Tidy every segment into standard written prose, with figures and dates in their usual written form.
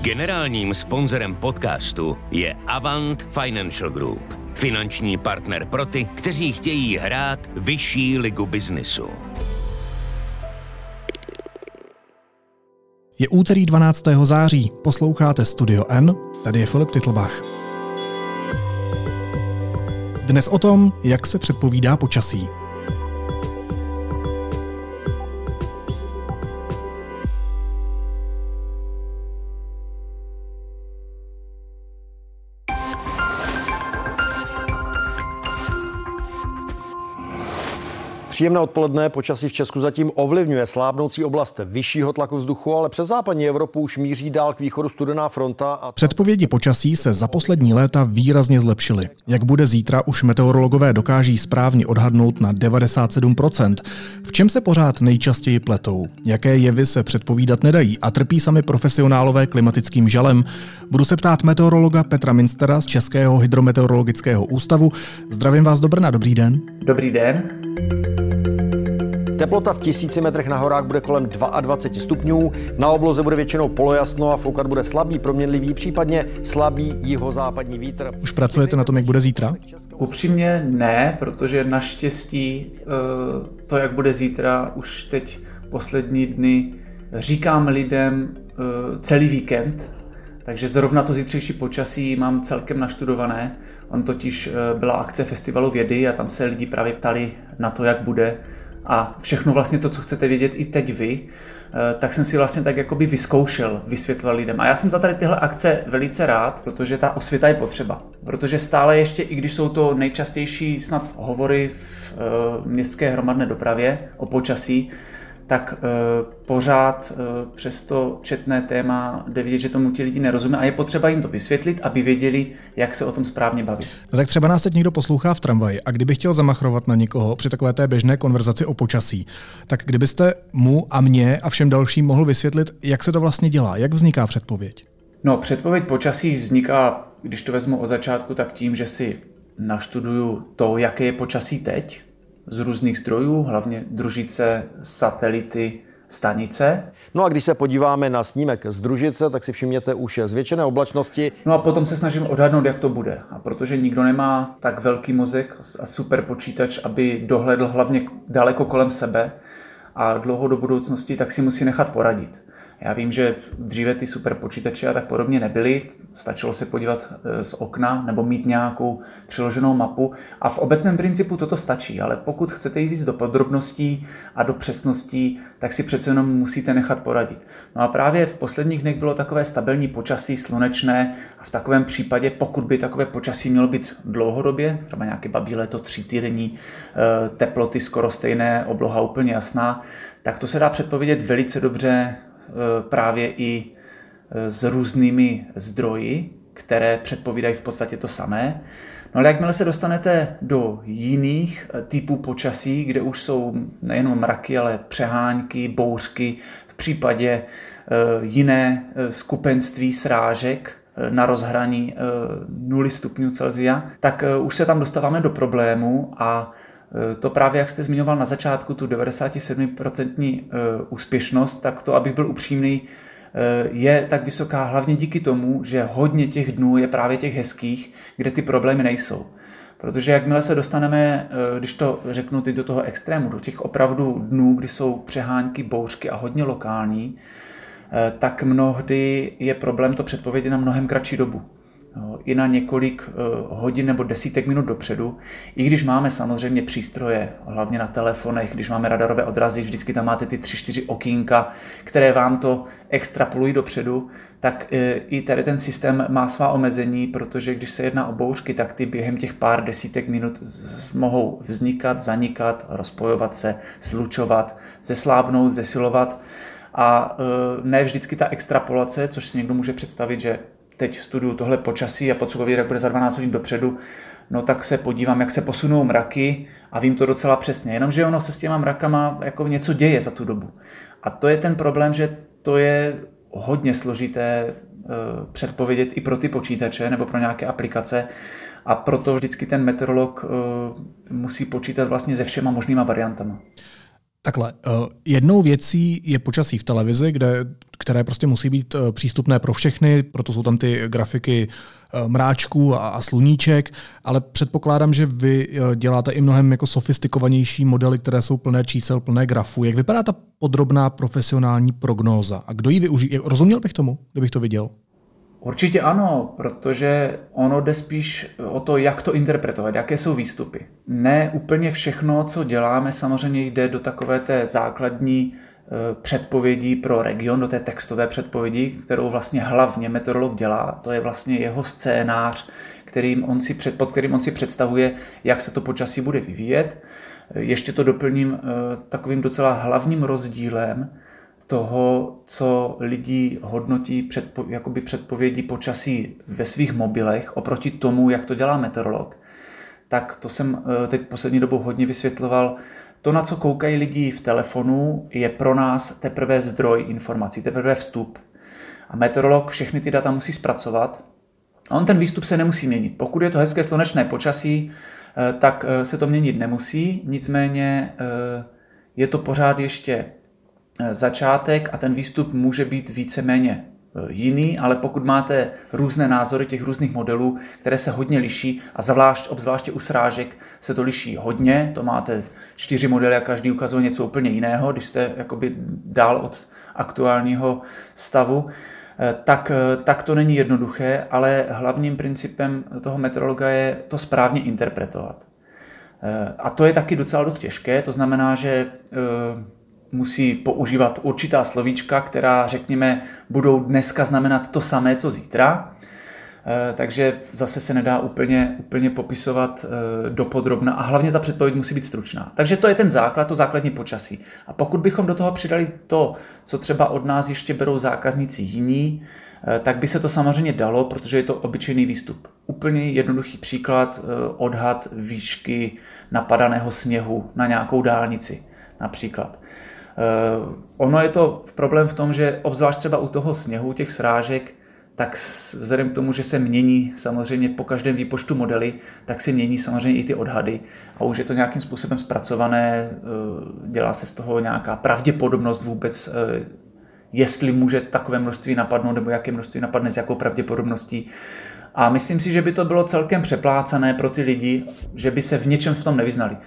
Generálním sponzorem podcastu je Avant Financial Group. Finanční partner pro ty, kteří chtějí hrát vyšší ligu biznisu. Je úterý 12. září, posloucháte Studio N, tady je Filip Titlbach. Dnes o tom, jak se předpovídá počasí. Příjemné odpoledne, počasí v Česku zatím ovlivňuje slábnoucí oblast vyššího tlaku vzduchu, ale přes západní Evropu už míří dál k východu studená fronta. Předpovědi počasí se za poslední léta výrazně zlepšily. Jak bude zítra, už meteorologové dokáží správně odhadnout na 97%. V čem se pořád nejčastěji pletou? Jaké jevy se předpovídat nedají a trpí sami profesionálové klimatickým žalem? Budu se ptát meteorologa Petra Minstera z Českého hydrometeorologického ústavu. Zdravím vás do Brna, dobrý den. Dobrý den. Teplota v 1000 metrech na horách bude kolem 22 stupňů, na obloze bude většinou polojasno a foukat bude slabý, proměnlivý, případně slabý jihozápadní vítr. Už pracujete na tom, jak bude zítra? Upřímně ne, protože naštěstí to, jak bude zítra, už teď poslední dny říkám lidem celý víkend, takže zrovna to zítřejší počasí mám celkem naštudované. On totiž byla akce Festivalu vědy a tam se lidi právě ptali na to, jak bude. A všechno vlastně to, co chcete vědět i teď vy, tak jsem si vlastně tak jakoby vyzkoušel vysvětlit lidem. A já jsem za tady tyhle akce velice rád, protože ta osvěta je potřeba. Protože stále ještě, i když jsou to nejčastější snad hovory v městské hromadné dopravě o počasí, tak pořád přes to četné téma jde vidět, že tomu ti lidi nerozumí a je potřeba jim to vysvětlit, aby věděli, jak se o tom správně bavit. No tak třeba nás teď někdo poslouchá v tramvaji a kdyby chtěl zamachrovat na někoho při takové té běžné konverzaci o počasí, tak kdybyste mu a mně a všem dalším mohl vysvětlit, jak se to vlastně dělá, jak vzniká předpověď? No, předpověď počasí vzniká, když to vezmu od začátku, tak tím, že si naštuduju to, jaké je počasí teď, z různých zdrojů, hlavně družice, satelity, stanice. No a když se podíváme na snímek z družice, tak si všimněte už zvětšené oblačnosti. No a potom se snažím odhadnout, jak to bude. A protože nikdo nemá tak velký mozek a super počítač, aby dohledl hlavně daleko kolem sebe a dlouho do budoucnosti, tak si musí nechat poradit. Já vím, že dříve ty superpočítače a tak podobně nebyly, stačilo se podívat z okna nebo mít nějakou přiloženou mapu a v obecném principu toto stačí, ale pokud chcete jít do podrobností a do přesností, tak si přece jenom musíte nechat poradit. No a právě v posledních dnech bylo takové stabilní počasí, slunečné a v takovém případě, pokud by takové počasí mělo být dlouhodobě, třeba nějaké babí léto, 3týdenní, teploty skoro stejné, obloha úplně jasná, tak to se dá předpovědět velice dobře právě i s různými zdroji, které předpovídají v podstatě to samé. No ale jakmile se dostanete do jiných typů počasí, kde už jsou nejenom mraky, ale přehánky, bouřky, v případě jiné skupenství srážek na rozhraní 0 stupňů Celsia, tak už se tam dostáváme do problému a to právě, jak jste zmiňoval na začátku, tu 97% úspěšnost, tak to, abych byl upřímný, je tak vysoká hlavně díky tomu, že hodně těch dnů je právě těch hezkých, kde ty problémy nejsou. Protože jakmile se dostaneme, když to řeknu teď do toho extrému, do těch opravdu dnů, kdy jsou přehánky, bouřky a hodně lokální, tak mnohdy je problém to předpovědět na mnohem kratší dobu. I na několik hodin nebo desítek minut dopředu. I když máme samozřejmě přístroje, hlavně na telefonech, když máme radarové odrazy, vždycky tam máte ty 3-4 okýnka, které vám to extrapolují dopředu, tak i tady ten systém má svá omezení, protože když se jedná o bouřky, tak ty během těch pár desítek minut mohou vznikat, zanikat, rozpojovat se, slučovat, zeslábnout, zesilovat. A ne vždycky ta extrapolace, což si někdo může představit, že teď studuju tohle počasí a potřebuji vědět, jak bude za 12 hodin dopředu, no tak se podívám, jak se posunou mraky a vím to docela přesně. Jenomže ono se s těma mrakama jako něco děje za tu dobu. A to je ten problém, že to je hodně složité předpovědět i pro ty počítače nebo pro nějaké aplikace a proto vždycky ten meteorolog musí počítat vlastně se všema možnýma variantama. Takhle, jednou věcí je počasí v televizi, které prostě musí být přístupné pro všechny, proto jsou tam ty grafiky mráčků a sluníček, ale předpokládám, že vy děláte i mnohem jako sofistikovanější modely, které jsou plné čísel, plné grafů. Jak vypadá ta podrobná profesionální prognóza a kdo ji využije? Rozuměl bych tomu, kdybych to viděl? Určitě ano, protože ono jde spíš o to, jak to interpretovat, jaké jsou výstupy. Ne úplně všechno, co děláme, samozřejmě jde do takové té základní předpovědí pro region, do té textové předpovědi, kterou vlastně hlavně meteorolog dělá. To je vlastně jeho scénář, pod kterým on si představuje, jak se to počasí bude vyvíjet. Ještě to doplním takovým docela hlavním rozdílem toho, co lidi hodnotí předpovědi počasí ve svých mobilech oproti tomu, jak to dělá meteorolog. Tak to jsem teď poslední dobou hodně vysvětloval. To, na co koukají lidi v telefonu, je pro nás teprve zdroj informací, teprve vstup. A meteorolog všechny ty data musí zpracovat. A on ten výstup se nemusí měnit. Pokud je to hezké slunečné počasí, tak se to měnit nemusí. Nicméně je to pořád ještě začátek a ten výstup může být víceméně jiný, ale pokud máte různé názory těch různých modelů, které se hodně liší a obzvláště u srážek se to liší hodně, to máte 4 modely a každý ukazuje něco úplně jiného, když jste jakoby dál od aktuálního stavu, tak to není jednoduché, ale hlavním principem toho meteorologa je to správně interpretovat. A to je taky docela dost těžké, to znamená, že musí používat určitá slovíčka, která, řekněme, budou dneska znamenat to samé, co zítra. Takže zase se nedá úplně popisovat dopodrobna a hlavně ta předpověď musí být stručná. Takže to je ten základ, to základní počasí. A pokud bychom do toho přidali to, co třeba od nás ještě berou zákazníci jiní, tak by se to samozřejmě dalo, protože je to obyčejný výstup. Úplně jednoduchý příklad, odhad výšky napadaného sněhu na nějakou dálnici například. Ono je to problém v tom, že obzvlášť třeba u toho sněhu, těch srážek, tak vzhledem k tomu, že se mění samozřejmě po každém výpočtu modely, tak se mění samozřejmě i ty odhady a už je to nějakým způsobem zpracované, dělá se z toho nějaká pravděpodobnost vůbec, jestli může takové množství napadnout nebo jaké množství napadne s jakou pravděpodobností. A myslím si, že by to bylo celkem přeplácané pro ty lidi, že by se v něčem v tom nevyznali.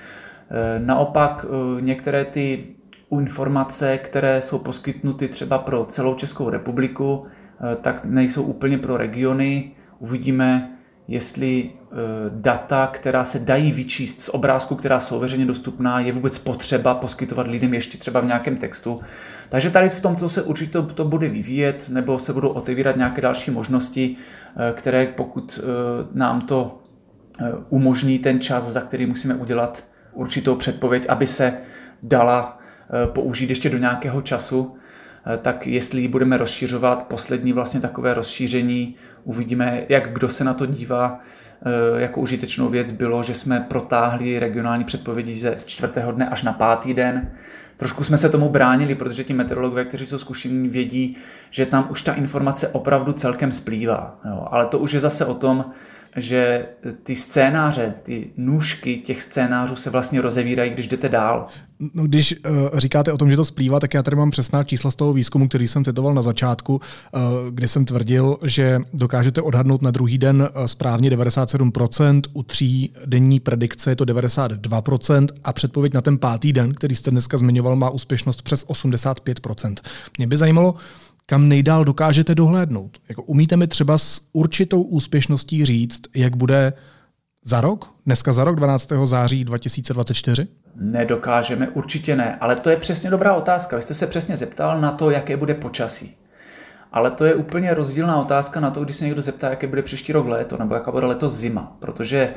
Naopak některé ty informace, které jsou poskytnuty třeba pro celou Českou republiku, tak nejsou úplně pro regiony. Uvidíme, jestli data, která se dají vyčíst z obrázku, která jsou veřejně dostupná, je vůbec potřeba poskytovat lidem ještě třeba v nějakém textu. Takže tady v tomto se určitě to bude vyvíjet, nebo se budou otevírat nějaké další možnosti, které pokud nám to umožní ten čas, za který musíme udělat určitou předpověď, aby se dala použít ještě do nějakého času, tak jestli ji budeme rozšiřovat, poslední vlastně takové rozšíření, uvidíme, jak kdo se na to dívá. Jako užitečnou věc bylo, že jsme protáhli regionální předpovědi ze 4. dne až na 5. den. Trošku jsme se tomu bránili, protože ti meteorologové, kteří jsou zkušení, vědí, že tam už ta informace opravdu celkem splývá. Jo, ale to už je zase o tom, že ty scénáře, ty nůžky těch scénářů se vlastně rozevírají, když jdete dál. No, když říkáte o tom, že to splývá, tak já tady mám přesná čísla z toho výzkumu, který jsem citoval na začátku, kdy jsem tvrdil, že dokážete odhadnout na druhý den správně 97%, u 3denní predikce je to 92% a předpověď na ten 5. den, který jste dneska zmiňoval, má úspěšnost přes 85%. Mě by zajímalo, kam nejdál dokážete dohlédnout. Jako umíte mi třeba s určitou úspěšností říct, jak bude za rok? Dneska za rok, 12. září 2024? Nedokážeme, určitě ne, ale to je přesně dobrá otázka. Vy jste se přesně zeptal na to, jaké bude počasí. Ale to je úplně rozdílná otázka na to, když se někdo zeptá, jaké bude příští rok léto, nebo jaká bude letos zima. Protože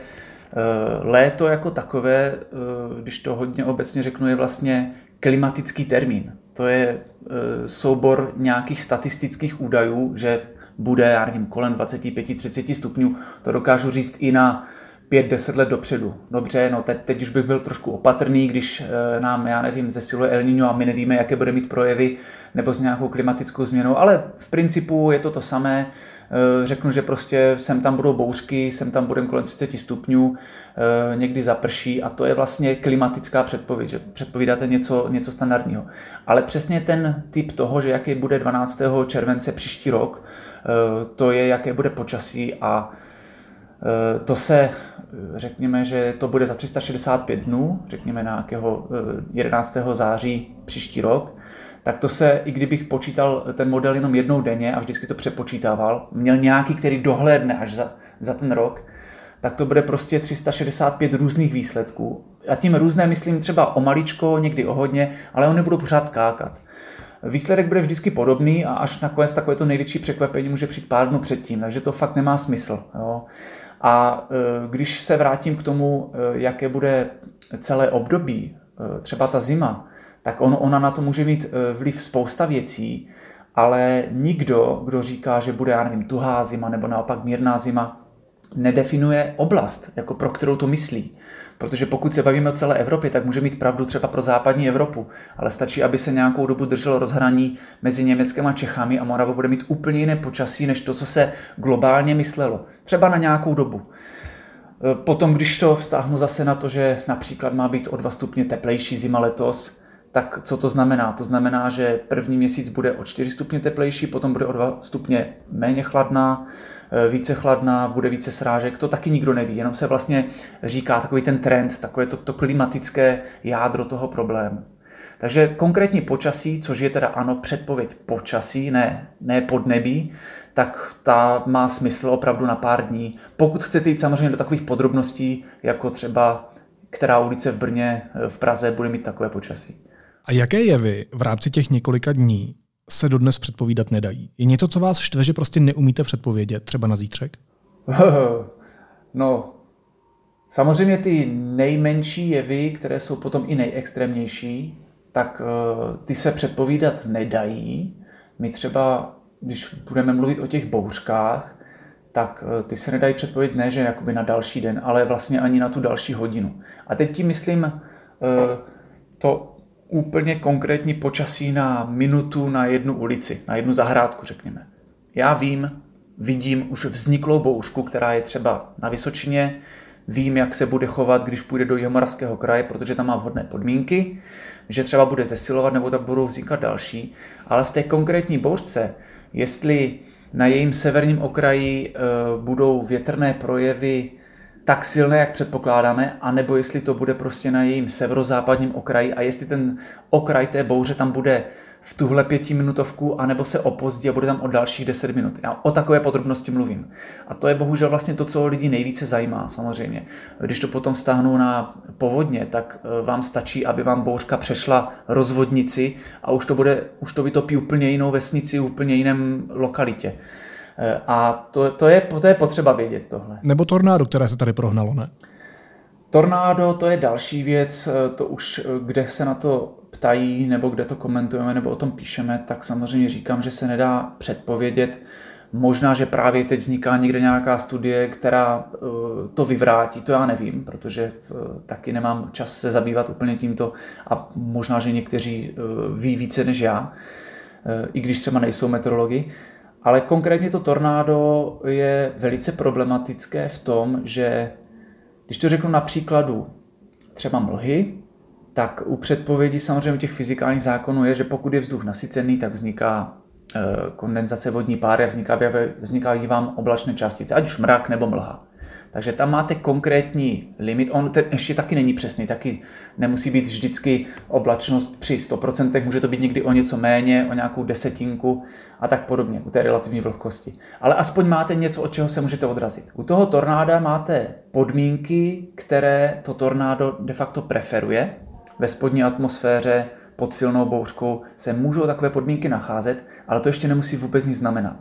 léto jako takové, když to hodně obecně řeknu, je vlastně klimatický termín. To je soubor nějakých statistických údajů, že bude, já nevím, kolem 25-30 stupňů. To dokážu říct i na 5-10 let dopředu. Dobře, no teď už bych byl trošku opatrný, když nám, já nevím, zesiluje El Niño a my nevíme, jaké bude mít projevy nebo s nějakou klimatickou změnou, ale v principu je to samé. Řeknu, že prostě sem tam budou bouřky, sem tam budeme kolem 30 stupňů, někdy zaprší a to je vlastně klimatická předpověď, že předpovídáte něco standardního. Ale přesně ten typ toho, že jaký bude 12. července příští rok, to je, jaké bude počasí a to se, řekněme, že to bude za 365 dnů, řekněme nějakého 11. září příští rok, tak to se, i kdybych počítal ten model jenom jednou denně a vždycky to přepočítával, měl nějaký, který dohlédne až za ten rok, tak to bude prostě 365 různých výsledků. A tím různé myslím třeba o maličko, někdy o hodně, ale oni nebudou pořád skákat. Výsledek bude vždycky podobný a až nakonec takové to největší překvapení může přijít pár dnů předtím, takže to fakt nemá smysl. Jo. A když se vrátím k tomu, jaké bude celé období, třeba ta zima, tak ona na to může mít vliv spousta věcí, ale nikdo, kdo říká, že bude, já nevím, tuhá zima nebo naopak mírná zima, nedefinuje oblast, jako pro kterou to myslí. Protože pokud se bavíme o celé Evropě, tak může mít pravdu třeba pro západní Evropu, ale stačí, aby se nějakou dobu drželo rozhraní mezi Německem a Čechami a Morava bude mít úplně jiné počasí, než to, co se globálně myslelo. Třeba na nějakou dobu. Potom, když to vztáhnu zase na to, že například má být o 2 stupně teplejší zima letos, tak co to znamená? To znamená, že první měsíc bude o 4 stupně teplejší, potom bude o 2 stupně méně chladná, více chladná, bude více srážek, to taky nikdo neví, jenom se vlastně říká takový ten trend, takové to klimatické jádro toho problému. Takže konkrétní počasí, což je teda ano předpověď počasí, ne podnebí, tak ta má smysl opravdu na pár dní. Pokud chcete jít samozřejmě do takových podrobností, jako třeba která ulice v Brně, v Praze bude mít takové počasí. A jaké jevy v rámci těch několika dní se dodnes předpovídat nedají? Je něco, co vás štve, že prostě neumíte předpovědět, třeba na zítřek? No, samozřejmě ty nejmenší jevy, které jsou potom i nejextrémnější, tak ty se předpovídat nedají. My třeba, když budeme mluvit o těch bouřkách, tak ty se nedají předpovědět ne, že jakoby na další den, ale vlastně ani na tu další hodinu. A teď tím myslím to úplně konkrétní počasí na minutu na jednu ulici, na jednu zahrádku, řekněme. Já vidím už vzniklou bouřku, která je třeba na Vysočině, vím, jak se bude chovat, když půjde do Jihomoravského kraje, protože tam má vhodné podmínky, že třeba bude zesilovat nebo tak budou vznikat další, ale v té konkrétní bouřce, jestli na jejím severním okraji budou větrné projevy tak silné, jak předpokládáme, anebo jestli to bude prostě na jejím severozápadním okraji a jestli ten okraj té bouře tam bude v tuhle 5minutovku, anebo se opozdí a bude tam o dalších 10 minut. Já o takové podrobnosti mluvím. A to je bohužel vlastně to, co lidi nejvíce zajímá, samozřejmě. Když to potom vztáhnu na povodně, tak vám stačí, aby vám bouřka přešla rozvodnici a už to vytopí úplně jinou vesnici, úplně jiném lokalitě. A to je potřeba vědět tohle. Nebo tornádo, které se tady prohnalo, ne? Tornádo, to je další věc, to už kde se na to ptají, nebo kde to komentujeme, nebo o tom píšeme, tak samozřejmě říkám, že se nedá předpovědět. Možná, že právě teď vzniká někde nějaká studie, která to vyvrátí, to já nevím, protože taky nemám čas se zabývat úplně tímto a možná, že někteří ví více než já, i když třeba nejsou meteorologi. Ale konkrétně to tornádo je velice problematické v tom, že když to řeknu na příkladu třeba mlhy, tak u předpovědí samozřejmě těch fyzikálních zákonů je, že pokud je vzduch nasycený, tak vzniká kondenzace vodní páry a vznikají vám oblačné částice, ať už mrak nebo mlha. Takže tam máte konkrétní limit, on ještě taky není přesný, taky nemusí být vždycky oblačnost při 100%, může to být někdy o něco méně, o nějakou desetinku a tak podobně, u té relativní vlhkosti. Ale aspoň máte něco, od čeho se můžete odrazit. U toho tornáda máte podmínky, které to tornádo de facto preferuje. Ve spodní atmosféře pod silnou bouřkou se můžou takové podmínky nacházet, ale to ještě nemusí vůbec nic znamenat.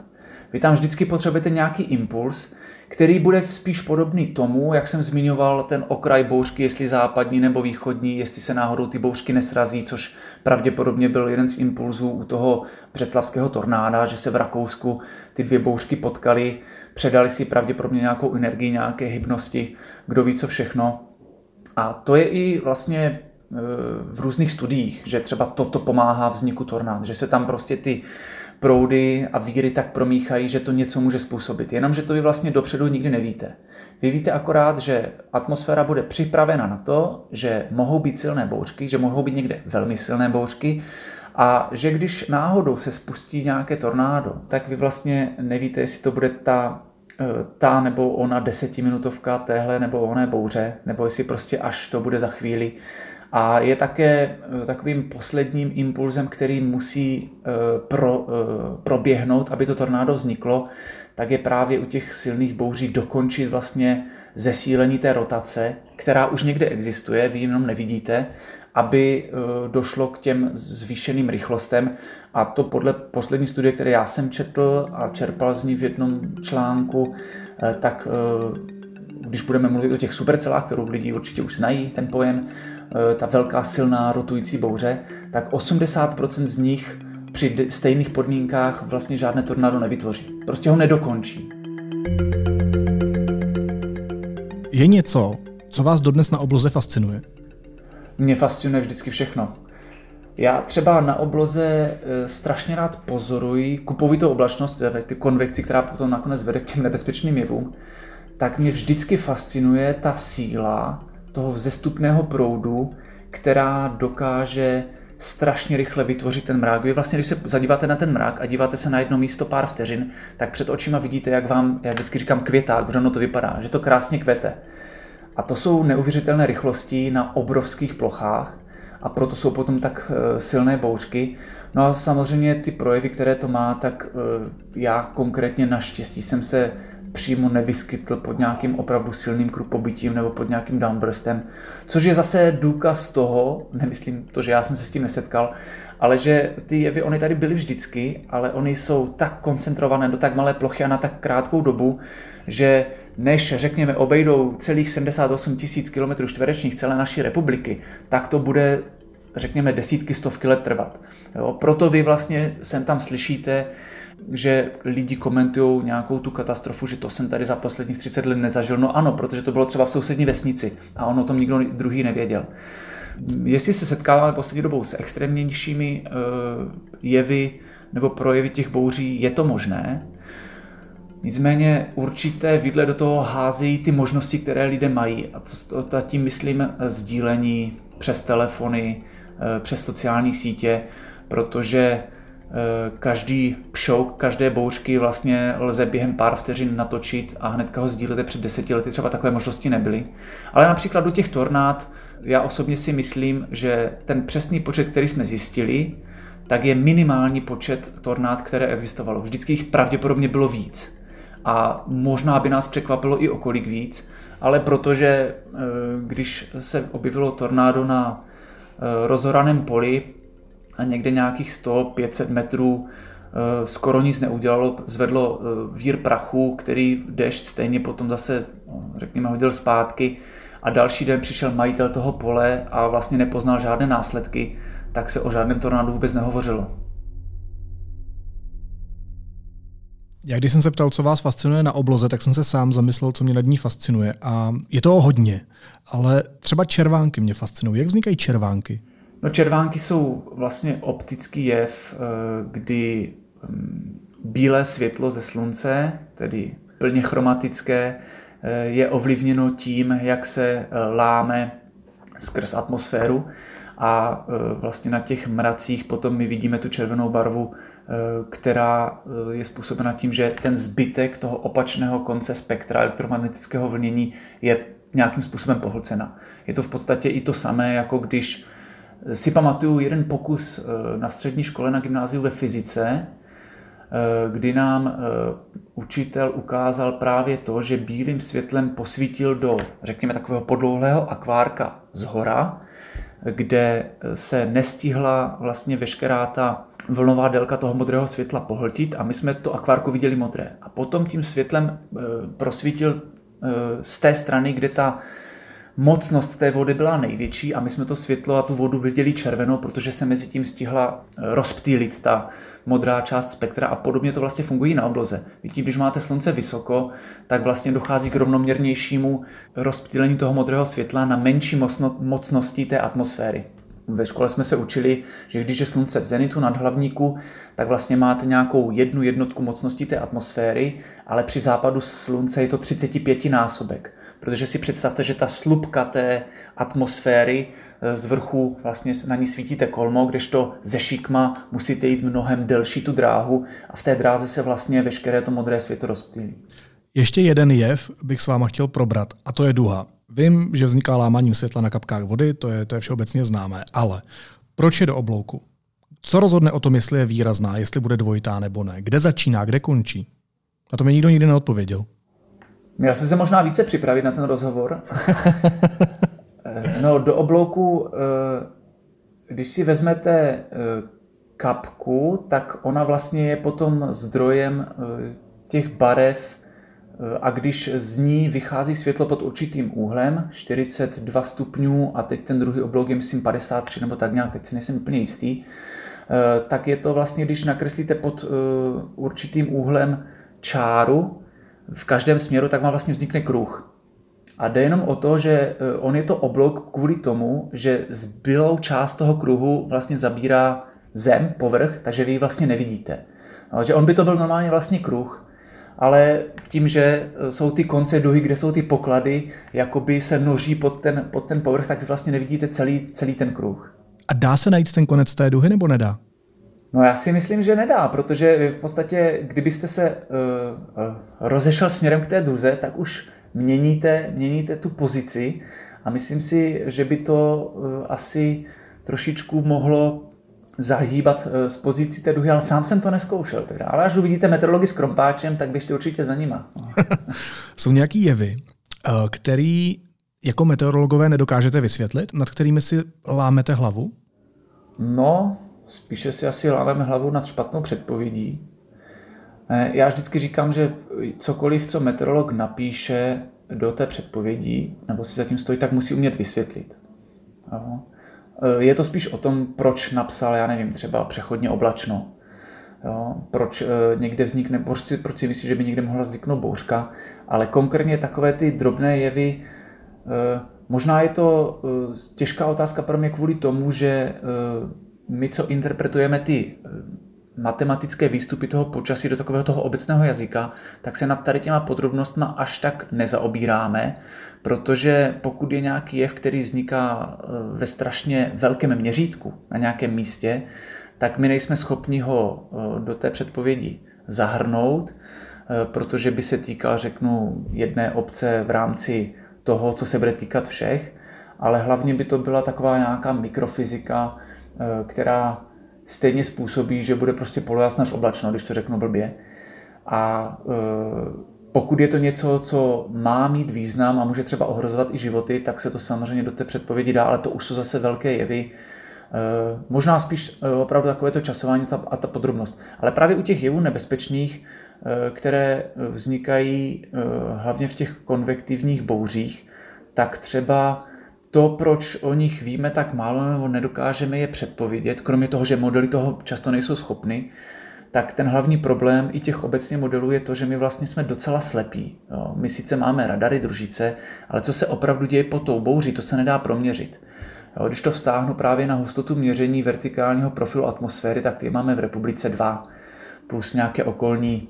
Vy tam vždycky potřebujete nějaký impuls, který bude spíš podobný tomu, jak jsem zmiňoval, ten okraj bouřky, jestli západní nebo východní, jestli se náhodou ty bouřky nesrazí, což pravděpodobně byl jeden z impulzů u toho břeclavského tornáda, že se v Rakousku ty dvě bouřky potkaly, předali si pravděpodobně nějakou energii, nějaké hybnosti, kdo ví co všechno. A to je i vlastně v různých studiích, že třeba toto pomáhá vzniku tornád, že se tam prostě ty proudy a víry tak promíchají, že to něco může způsobit. Jenomže to vy vlastně dopředu nikdy nevíte. Vy víte akorát, že atmosféra bude připravena na to, že mohou být silné bouřky, že mohou být někde velmi silné bouřky a že když náhodou se spustí nějaké tornádo, tak vy vlastně nevíte, jestli to bude ta nebo ona 10minutovka téhle nebo oné bouře, nebo jestli prostě až to bude za chvíli. A je také takovým posledním impulzem, který musí proběhnout, aby to tornádo vzniklo, tak je právě u těch silných bouří dokončit vlastně zesílení té rotace, která už někde existuje, vy jenom nevidíte, aby došlo k těm zvýšeným rychlostem. A to podle poslední studie, které já jsem četl a čerpal z ní v jednom článku, tak když budeme mluvit o těch supercelách, kterou lidi určitě už znají, ten pojem, ta velká silná rotující bouře, tak 80% z nich při stejných podmínkách vlastně žádné tornádo nevytvoří. Prostě ho nedokončí. Je něco, co vás dodnes na obloze fascinuje? Mě fascinuje vždycky všechno. Já třeba na obloze strašně rád pozoruji kupovitou oblačnost, ty konvekci, která potom nakonec vede k těm nebezpečným jevům, tak mě vždycky fascinuje ta síla toho vzestupného proudu, která dokáže strašně rychle vytvořit ten mrak. Vy vlastně, když se zadíváte na ten mrak a díváte se na jedno místo pár vteřin, tak před očima vidíte, jak vám, já vždycky říkám, květák, že ono to vypadá, že to krásně kvete. A to jsou neuvěřitelné rychlosti na obrovských plochách a proto jsou potom tak silné bouřky. No a samozřejmě ty projevy, které to má, tak já konkrétně naštěstí jsem se přímo nevyskytl pod nějakým opravdu silným krupobytím nebo pod nějakým downburstem, což je zase důkaz toho, nemyslím to, že já jsem se s tím nesetkal, ale že ty jevy, oni tady byly vždycky, ale oni jsou tak koncentrované do tak malé plochy a na tak krátkou dobu, že než, řekněme, obejdou celých 78 000 km2 celé naší republiky, tak to bude, řekněme, desítky, stovky let trvat. Jo? Proto vy vlastně sem tam slyšíte, že lidi komentují nějakou tu katastrofu, že to jsem tady za posledních 30 let nezažil. No ano, protože to bylo třeba v sousední vesnici a on o tom nikdo druhý nevěděl. Jestli se setkáváme poslední dobou s extrémnějšími jevy nebo projevy těch bouří, je to možné. Nicméně určité vidle do toho házejí ty možnosti, které lidé mají. A tím myslím sdílení přes telefony, přes sociální sítě, protože každý pšouk, každé bouřky vlastně lze během pár vteřin natočit a hnedka ho sdílíte. Před 10 lety třeba takové možnosti nebyly. Ale například do těch tornád já osobně si myslím, že ten přesný počet, který jsme zjistili, tak je minimální počet tornád, které existovalo. Vždycky jich pravděpodobně bylo víc. A možná by nás překvapilo i o kolik víc, ale protože když se objevilo tornádo na rozhoraném poli a někde nějakých 100-500 metrů skoro nic neudělalo, zvedlo vír prachu, který déšť stejně potom zase, řekněme, hodil zpátky a další den přišel majitel toho pole a vlastně nepoznal žádné následky, tak se o žádném tornádu vůbec nehovořilo. Já když jsem se ptal, co vás fascinuje na obloze, tak jsem se sám zamyslel, co mě nad ní fascinuje. A je toho hodně, ale třeba červánky mě fascinují. Jak vznikají červánky? No, červánky jsou vlastně optický jev, kdy bílé světlo ze slunce, tedy plně chromatické, je ovlivněno tím, jak se láme skrz atmosféru a vlastně na těch mracích potom my vidíme tu červenou barvu, která je způsobena tím, že ten zbytek toho opačného konce spektra elektromagnetického vlnění je nějakým způsobem pohlcena. Je to v podstatě i to samé, jako když si pamatuju jeden pokus na střední škole na gymnáziu ve fyzice, kdy nám učitel ukázal právě to, že bílým světlem posvítil do, řekněme, takového podlouhlého akvárka zhora, kde se nestihla vlastně veškerá ta vlnová délka toho modrého světla pohltit a my jsme to akvárko viděli modré. A potom tím světlem prosvítil z té strany, kde ta mocnost té vody byla největší a my jsme to světlo a tu vodu viděli červenou, protože se mezi tím stihla rozptýlit ta modrá část spektra a podobně to vlastně funguje na obloze. Víte, když máte slunce vysoko, tak vlastně dochází k rovnoměrnějšímu rozptýlení toho modrého světla na menší mocnosti té atmosféry. Ve škole jsme se učili, že když je slunce v zenitu nad hlavníku, tak vlastně máte nějakou jednu jednotku mocnosti té atmosféry, ale při západu slunce je to 35násobek. Protože si představte, že ta slupka té atmosféry z vrchu vlastně na ní svítíte kolmo, kdežto ze šikma musíte jít mnohem delší tu dráhu a v té dráze se vlastně veškeré to modré světlo rozptýlí. Ještě jeden jev bych s váma chtěl probrat a to je duha. Vím, že vzniká lámáním světla na kapkách vody, to je všeobecně známé, ale proč je do oblouku? Co rozhodne o tom, jestli je výrazná, jestli bude dvojitá nebo ne? Kde začíná, kde končí? Na to mi nikdo nikdy neodpověděl. Měl jsem se možná více připravit na ten rozhovor. No, do oblouku, když si vezmete kapku, tak ona vlastně je potom zdrojem těch barev a když z ní vychází světlo pod určitým úhlem, 42 stupňů a teď ten druhý oblouk je myslím 53 nebo tak nějak, teď si nejsem úplně jistý, tak je to vlastně, když nakreslíte pod určitým úhlem čáru, v každém směru, tak vám vlastně vznikne kruh. A jde jenom o to, že on je to oblouk kvůli tomu, že zbylou část toho kruhu vlastně zabírá zem, povrch, takže vy ji vlastně nevidíte. Takže on by to byl normálně vlastně kruh, ale tím, že jsou ty konce duhy, kde jsou ty poklady, jakoby se noří pod ten povrch, tak vy vlastně nevidíte celý ten kruh. A dá se najít ten konec té duhy nebo nedá? No já si myslím, že nedá, protože v podstatě, kdybyste se rozešel směrem k té duze, tak už měníte tu pozici a myslím si, že by to asi trošičku mohlo zahýbat z pozici té duhy, ale sám jsem to neskoušel. Teda. Ale až uvidíte meteorology s krompáčem, tak běžte určitě za nima. Jsou nějaký jevy, který jako meteorologové nedokážete vysvětlit, nad kterými si lámete hlavu? No, spíše si asi lámeme hlavu nad špatnou předpovědí. Já vždycky říkám, že cokoliv, co meteorolog napíše do té předpovědi, nebo si zatím stojí, tak musí umět vysvětlit. Je to spíš o tom, proč napsal, já nevím, třeba přechodně oblačno. Jo? Proč někde vznikne, proč si myslí, že by někde mohla vzniknout bouřka, ale konkrétně takové ty drobné jevy, možná je to těžká otázka pro mě kvůli tomu, že my, co interpretujeme ty matematické výstupy toho počasí do takového toho obecného jazyka, tak se nad tady těma podrobnostma až tak nezaobíráme, protože pokud je nějaký jev, který vzniká ve strašně velkém měřítku na nějakém místě, tak my nejsme schopni ho do té předpovědi zahrnout, protože by se týkal, řeknu, jedné obce v rámci toho, co se bude týkat všech, ale hlavně by to byla taková nějaká mikrofyzika, která stejně způsobí, že bude prostě polojasno až oblačno, když to řeknu blbě. A pokud je to něco, co má mít význam a může třeba ohrozovat i životy, tak se to samozřejmě do té předpovědi dá, ale to už jsou zase velké jevy. Možná spíš opravdu takové to časování a ta podrobnost. Ale právě u těch jevů nebezpečných, které vznikají hlavně v těch konvektivních bouřích, tak třeba to, proč o nich víme tak málo nebo nedokážeme je předpovědět, kromě toho, že modely toho často nejsou schopny, tak ten hlavní problém i těch obecně modelů je to, že my vlastně jsme docela slepí. Jo. My sice máme radary, družice, ale co se opravdu děje pod tou bouří, to se nedá proměřit. Jo, když to vztáhnu právě na hustotu měření vertikálního profilu atmosféry, tak ty máme v republice 2, plus nějaké okolní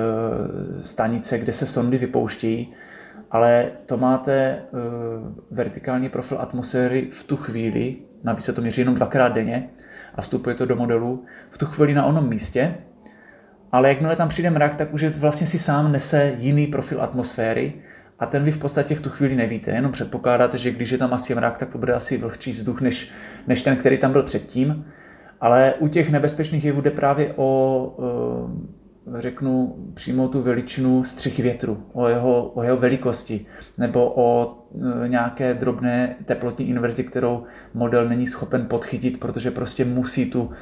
stanice, kde se sondy vypouštějí, ale to máte vertikální profil atmosféry v tu chvíli, navíc se to měří jenom 2krát denně a vstupuje to do modelu, v tu chvíli na onom místě, ale jakmile tam přijde mrak, tak už vlastně si sám nese jiný profil atmosféry a ten vy v podstatě v tu chvíli nevíte, jenom předpokládáte, že když je tam asi mrak, tak to bude asi vlhčí vzduch než ten, který tam byl předtím, ale u těch nebezpečných jevů jde právě o řeknu přímo tu veličinu střechy větru, o jeho velikosti, nebo o nějaké drobné teplotní inverzi, kterou model není schopen podchytit, protože prostě musí tu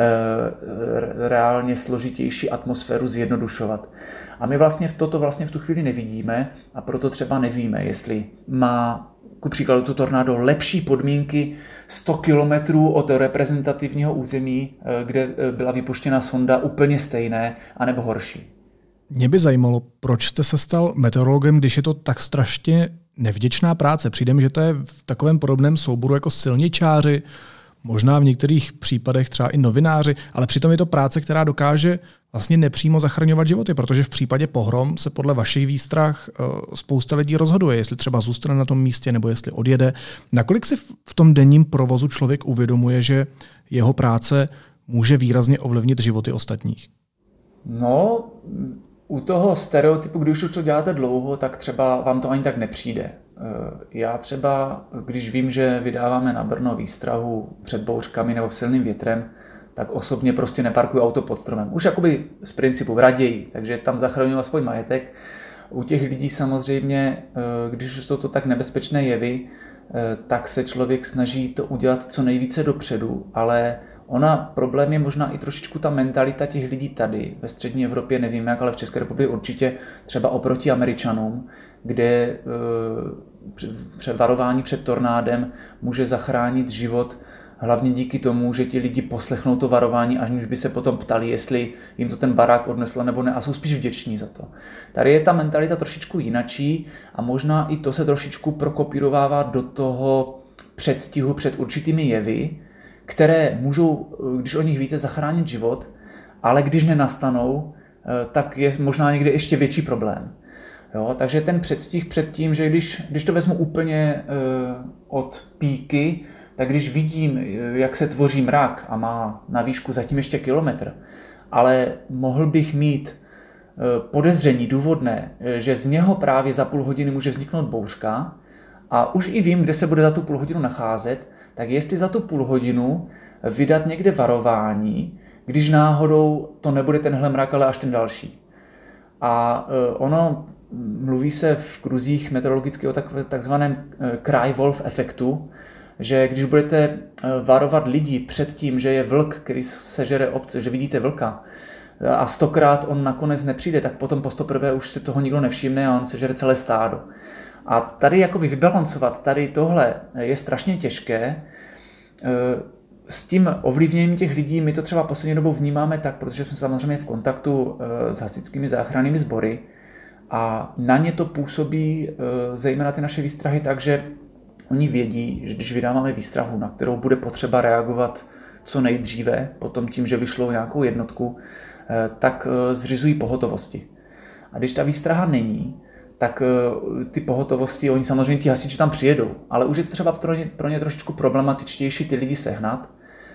reálně složitější atmosféru zjednodušovat. A my toto v tu chvíli nevidíme a proto třeba nevíme, jestli má ku příkladu tu tornádo lepší podmínky 100 kilometrů od reprezentativního území, kde byla vypuštěna sonda, úplně stejné, anebo horší. Mě by zajímalo, proč jste se stal meteorologem, když je to tak strašně nevděčná práce. Přijde mi, že to je v takovém podobném souboru jako silničáři, možná v některých případech třeba i novináři, ale přitom je to práce, která dokáže vlastně nepřímo zachraňovat životy, protože v případě pohrom se podle vašich výstrah spousta lidí rozhoduje, jestli třeba zůstane na tom místě nebo jestli odjede. Nakolik si v tom denním provozu člověk uvědomuje, že jeho práce může výrazně ovlivnit životy ostatních? No, u toho stereotypu, když už to děláte dlouho, tak třeba vám to ani tak nepřijde. Já třeba, když vím, že vydáváme na Brno výstrahu před bouřkami nebo silným větrem, tak osobně prostě neparkuju auto pod stromem. Už jakoby z principu raději, takže tam zachraňuji aspoň majetek. U těch lidí samozřejmě, když už jsou to tak nebezpečné jevy, tak se člověk snaží to udělat co nejvíce dopředu, ale problém je možná i trošičku ta mentalita těch lidí tady. Ve střední Evropě nevím jak, ale v České republice určitě třeba oproti Američanům, kde varování před tornádem může zachránit život hlavně díky tomu, že ti lidi poslechnou to varování, až by se potom ptali, jestli jim to ten barák odnesl nebo ne, a jsou spíš vděční za to. Tady je ta mentalita trošičku jinačí a možná i to se trošičku prokopírovává do toho předstihu před určitými jevy, které můžou, když o nich víte, zachránit život, ale když nenastanou, tak je možná někde ještě větší problém. Jo, takže ten předstih před tím, že když to vezmu úplně od píky, tak když vidím, jak se tvoří mrak a má na výšku zatím ještě kilometr, ale mohl bych mít podezření důvodné, že z něho právě za půl hodiny může vzniknout bouřka a už i vím, kde se bude za tu půl hodinu nacházet, tak jestli za tu půl hodinu vydat někde varování, když náhodou to nebude tenhle mrak, ale až ten další. A mluví se v kruzích meteorologicky o takzvaném Cry-Wolf efektu, že když budete varovat lidi před tím, že je vlk, který sežere ovce, že vidíte vlka a 100krát on nakonec nepřijde, tak potom po 101. už si toho nikdo nevšimne a on sežere celé stádo. A tady jakoby vybalancovat tady tohle je strašně těžké. S tím ovlivněním těch lidí my to třeba poslední dobou vnímáme tak, protože jsme samozřejmě v kontaktu s hasičskými záchrannými sbory a na ně to působí zejména ty naše výstrahy tak, že oni vědí, že když vydáváme výstrahu, na kterou bude potřeba reagovat co nejdříve, potom tím, že vyšlou nějakou jednotku, tak zřizují pohotovosti. A když ta výstraha není, tak ty pohotovosti, oni samozřejmě ti hasiči tam přijedou, ale už je to třeba pro ně trošičku problematičtější ty lidi sehnat,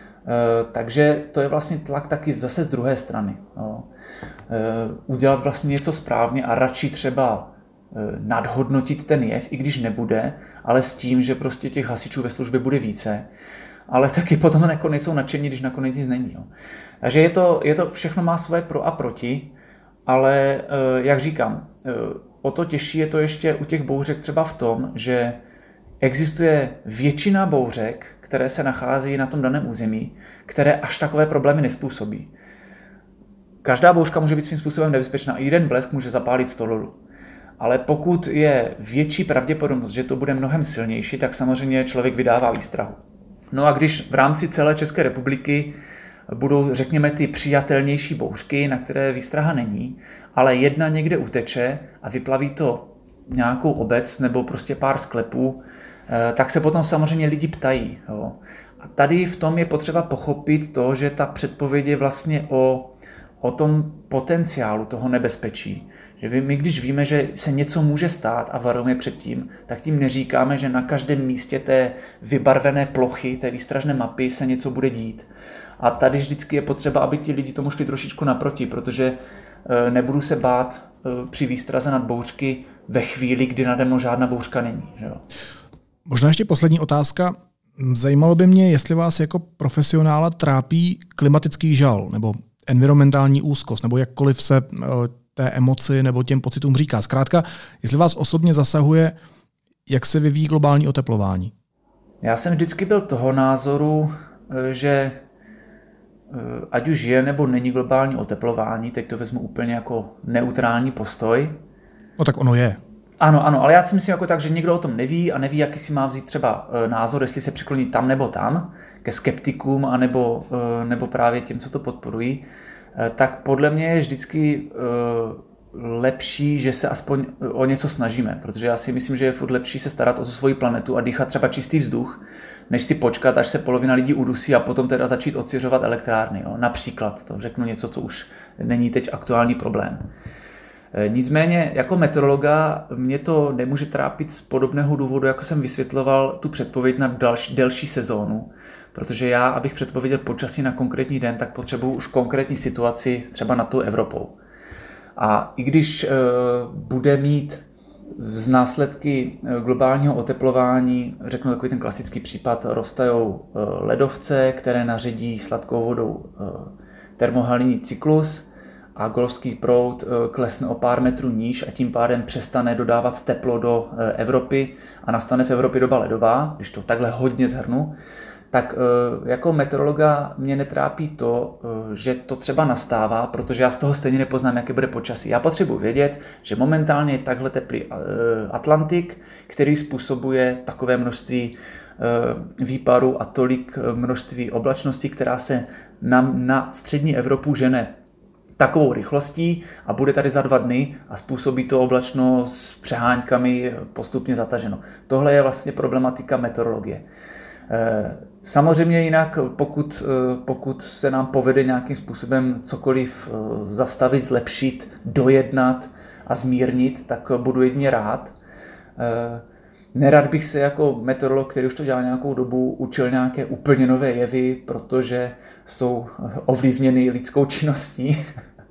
takže to je vlastně tlak taky zase z druhé strany. No. Udělat vlastně něco správně a radši třeba nadhodnotit ten jev, i když nebude, ale s tím, že prostě těch hasičů ve službě bude více, ale taky potom nejsou nadšení, když nakonec nic není. Jo. Takže je to všechno má své pro a proti, ale jak říkám, o to těžší je to ještě u těch bouřek třeba v tom, že existuje většina bouřek, které se nacházejí na tom daném území, které až takové problémy nespůsobí. Každá bouřka může být svým způsobem nebezpečná. Jeden blesk může zapálit stololu. Ale pokud je větší pravděpodobnost, že to bude mnohem silnější, tak samozřejmě člověk vydává výstrahu. No a když v rámci celé České republiky budou, řekněme, ty přijatelnější bouřky, na které výstraha není, ale jedna někde uteče a vyplaví to nějakou obec nebo prostě pár sklepů, tak se potom samozřejmě lidi ptají. Jo. A tady v tom je potřeba pochopit to, že ta předpověď je vlastně o tom potenciálu toho nebezpečí. Že my, když víme, že se něco může stát a varujeme před tím, tak tím neříkáme, že na každém místě té vybarvené plochy, té výstražné mapy se něco bude dít. A tady vždycky je potřeba, aby ti lidi tomu šli trošičku naproti, protože nebudu se bát při výstraze nad bouřky ve chvíli, kdy nade mnou žádná bouřka není. Že jo? Možná ještě poslední otázka. Zajímalo by mě, jestli vás jako profesionála trápí klimatický žal nebo environmentální úzkost, nebo jakkoliv se té emoci nebo těm pocitům říká. Zkrátka, jestli vás osobně zasahuje jak se vyvíjí globální oteplování? Já jsem vždycky byl toho názoru, že ať už je nebo není globální oteplování, teď to vezmu úplně jako neutrální postoj. No tak ono je. Ano, ale já si myslím jako tak, že někdo o tom neví a neví, jaký si má vzít třeba názor, jestli se přikloní tam nebo tam, ke skeptikům, nebo právě těm, co to podporují, tak podle mě je vždycky lepší, že se aspoň o něco snažíme, protože já si myslím, že je furt lepší se starat o svoji planetu a dýchat třeba čistý vzduch, než si počkat, až se polovina lidí udusí a potom teda začít odsiřovat elektrárny. Jo? Například, to řeknu něco, co už není teď aktuální problém. Nicméně jako meteorologa mě to nemůže trápit z podobného důvodu, jako jsem vysvětloval tu předpověď na delší sezónu, protože já, abych předpověděl počasí na konkrétní den, tak potřebuji už konkrétní situaci třeba nad tou Evropou. A i když bude mít z následky globálního oteplování, řeknu takový ten klasický případ, roztajou ledovce, které naředí sladkou vodou termohalinný cyklus, a golfský proud klesne o pár metrů níž a tím pádem přestane dodávat teplo do Evropy a nastane v Evropě doba ledová, když to takhle hodně shrnu, tak jako meteorologa mě netrápí to, že to třeba nastává, protože já z toho stejně nepoznám, jaké bude počasí. Já potřebuji vědět, že momentálně je takhle teplý Atlantik, který způsobuje takové množství výparu a tolik množství oblačností, která se na střední Evropu žene takovou rychlostí a bude tady za 2 dny a způsobí to oblačno s přeháňkami postupně zataženo. Tohle je vlastně problematika meteorologie. Samozřejmě jinak, pokud se nám povede nějakým způsobem cokoliv zastavit, zlepšit, dojednat a zmírnit, tak budu jedině rád. Nerad bych se jako meteorolog, který už to dělá nějakou dobu, učil nějaké úplně nové jevy, protože jsou ovlivněny lidskou činností.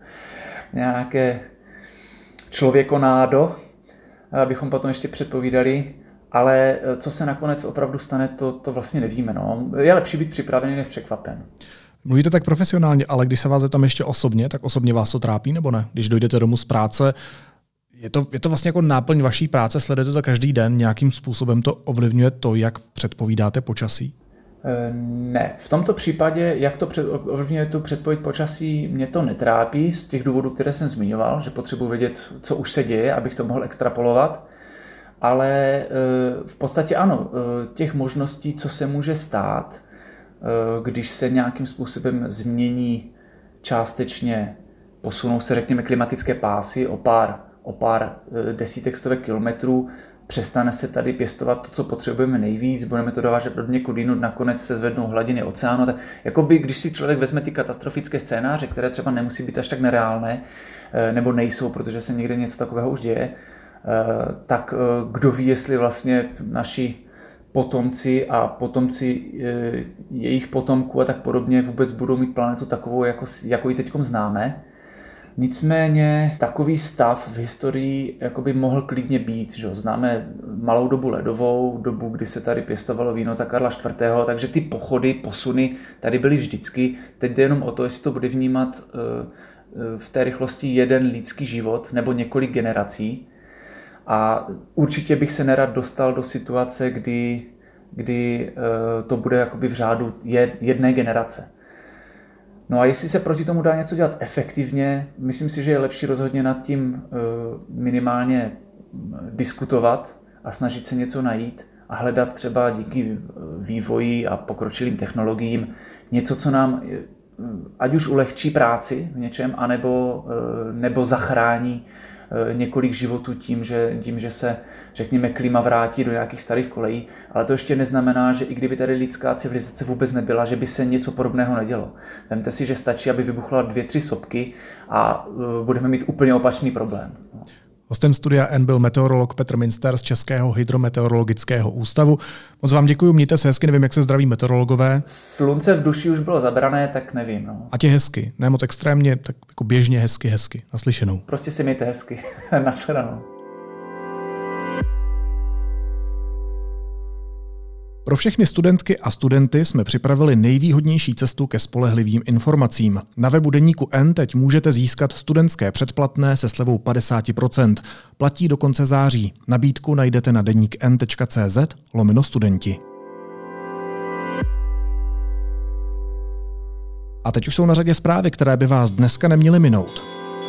Nějaké člověkonádo, abychom potom ještě předpovídali, ale co se nakonec opravdu stane, to vlastně nevíme. No. Je lepší být připravený než překvapen. Mluvíte tak profesionálně, ale když se vás zeptám ještě osobně, tak osobně vás to trápí nebo ne? Když dojdete domů z práce, je to vlastně jako náplň vaší práce, sledujete to každý den, nějakým způsobem to ovlivňuje to, jak předpovídáte počasí? Ne, v tomto případě, jak to ovlivňuje tu předpověď počasí, mě to netrápí z těch důvodů, které jsem zmiňoval, že potřebuji vědět, co už se děje, abych to mohl extrapolovat, ale v podstatě ano, těch možností, co se může stát, když se nějakým způsobem změní částečně, posunou se, řekněme, klimatické pásy o pár desítek, stovek kilometrů, přestane se tady pěstovat to, co potřebujeme nejvíc, budeme to dovážet od někud jinut, nakonec se zvednou hladiny oceánu. Tak jakoby, když si člověk vezme ty katastrofické scénáře, které třeba nemusí být až tak nereálné, nebo nejsou, protože se někde něco takového už děje, tak kdo ví, jestli vlastně naši potomci a potomci jejich potomků a tak podobně vůbec budou mít planetu takovou, jako ji teďkom známe. Nicméně takový stav v historii jakoby mohl klidně být. Že? Známe malou dobu ledovou, dobu, kdy se tady pěstovalo víno za Karla IV., takže ty posuny tady byly vždycky. Teď jde jenom o to, jestli to bude vnímat v té rychlosti jeden lidský život nebo několik generací. A určitě bych se nerad dostal do situace, kdy to bude jakoby v řádu jedné generace. No a jestli se proti tomu dá něco dělat efektivně, myslím si, že je lepší rozhodně nad tím minimálně diskutovat a snažit se něco najít a hledat třeba díky vývoji a pokročilým technologiím něco, co nám ať už ulehčí práci v něčem, nebo zachrání několik životů tím, že se, řekněme, klima vrátí do nějakých starých kolejí, ale to ještě neznamená, že i kdyby tady lidská civilizace vůbec nebyla, že by se něco podobného nedělo. Vemte si, že stačí, aby vybuchla 2-3 sopky a budeme mít úplně opačný problém. Hostem studia N byl meteorolog Petr Minster z Českého hydrometeorologického ústavu. Moc vám děkuji, mějte se hezky, nevím, jak se zdraví meteorologové. Slunce v duši už bylo zabrané, tak nevím. No. Ať je hezky, ne moc extrémně, tak jako běžně hezky. Naslyšenou. Prostě si mějte hezky. Nashledanou. Pro všechny studentky a studenty jsme připravili nejvýhodnější cestu ke spolehlivým informacím. Na webu Deníku N teď můžete získat studentské předplatné se slevou 50%. Platí do konce září. Nabídku najdete na denikn.cz/studenti. A teď už jsou na řadě zprávy, které by vás dneska neměly minout.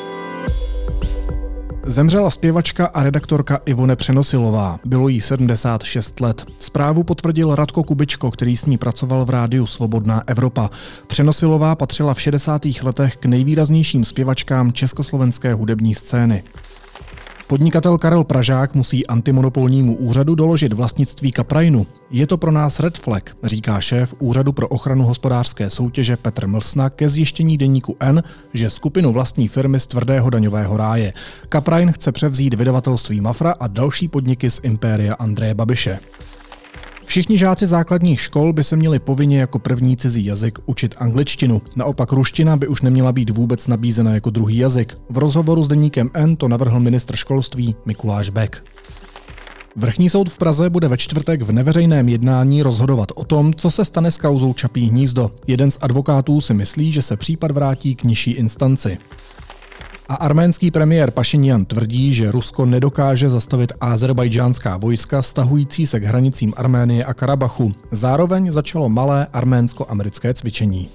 Zemřela zpěvačka a redaktorka Ivone Přenosilová. Bylo jí 76 let. Zprávu potvrdil Radko Kubičko, který s ní pracoval v rádiu Svobodná Evropa. Přenosilová patřila v 60. letech k nejvýraznějším zpěvačkám československé hudební scény. Podnikatel Karel Pražák musí antimonopolnímu úřadu doložit vlastnictví Kaprajnu. Je to pro nás red flag, říká šéf Úřadu pro ochranu hospodářské soutěže Petr Mlsna ke zjištění Deníku N, že skupinu vlastní firmy z tvrdého daňového ráje. Kaprajn chce převzít vydavatelství Mafra a další podniky z impéria Andreje Babiše. Všichni žáci základních škol by se měli povinně jako první cizí jazyk učit angličtinu. Naopak ruština by už neměla být vůbec nabízena jako druhý jazyk. V rozhovoru s Deníkem N to navrhl ministr školství Mikuláš Bek. Vrchní soud v Praze bude ve čtvrtek v neveřejném jednání rozhodovat o tom, co se stane s kauzou Čapí hnízdo. Jeden z advokátů si myslí, že se případ vrátí k nižší instanci. A arménský premiér Pašinjan tvrdí, že Rusko nedokáže zastavit azerbajdžánská vojska stahující se k hranicím Arménie a Karabachu. Zároveň začalo malé arménsko-americké cvičení.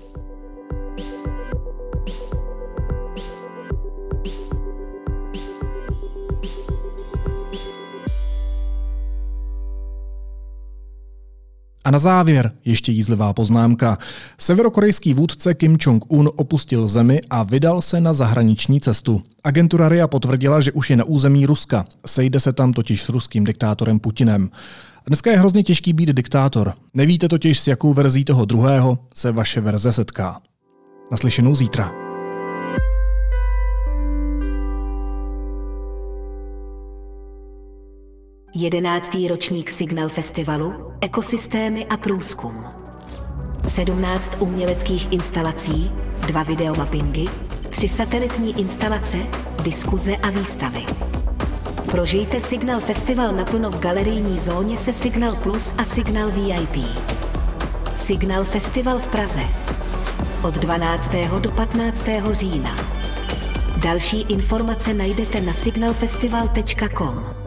A na závěr ještě jízlivá poznámka. Severokorejský vůdce Kim Jong-un opustil zemi a vydal se na zahraniční cestu. Agentura RIA potvrdila, že už je na území Ruska. Sejde se tam totiž s ruským diktátorem Putinem. Dneska je hrozně těžký být diktátor. Nevíte totiž, s jakou verzí toho druhého se vaše verze setká. Naslyšenou zítra. 11. ročník Signal Festivalu, ekosystémy a průzkum. 17 uměleckých instalací, 2 videomappingy, 3 satelitní instalace, diskuze a výstavy. Prožijte Signal Festival naplno v galerijní zóně se Signal Plus a Signal VIP. Signal Festival v Praze. Od 12. do 15. října. Další informace najdete na signalfestival.com.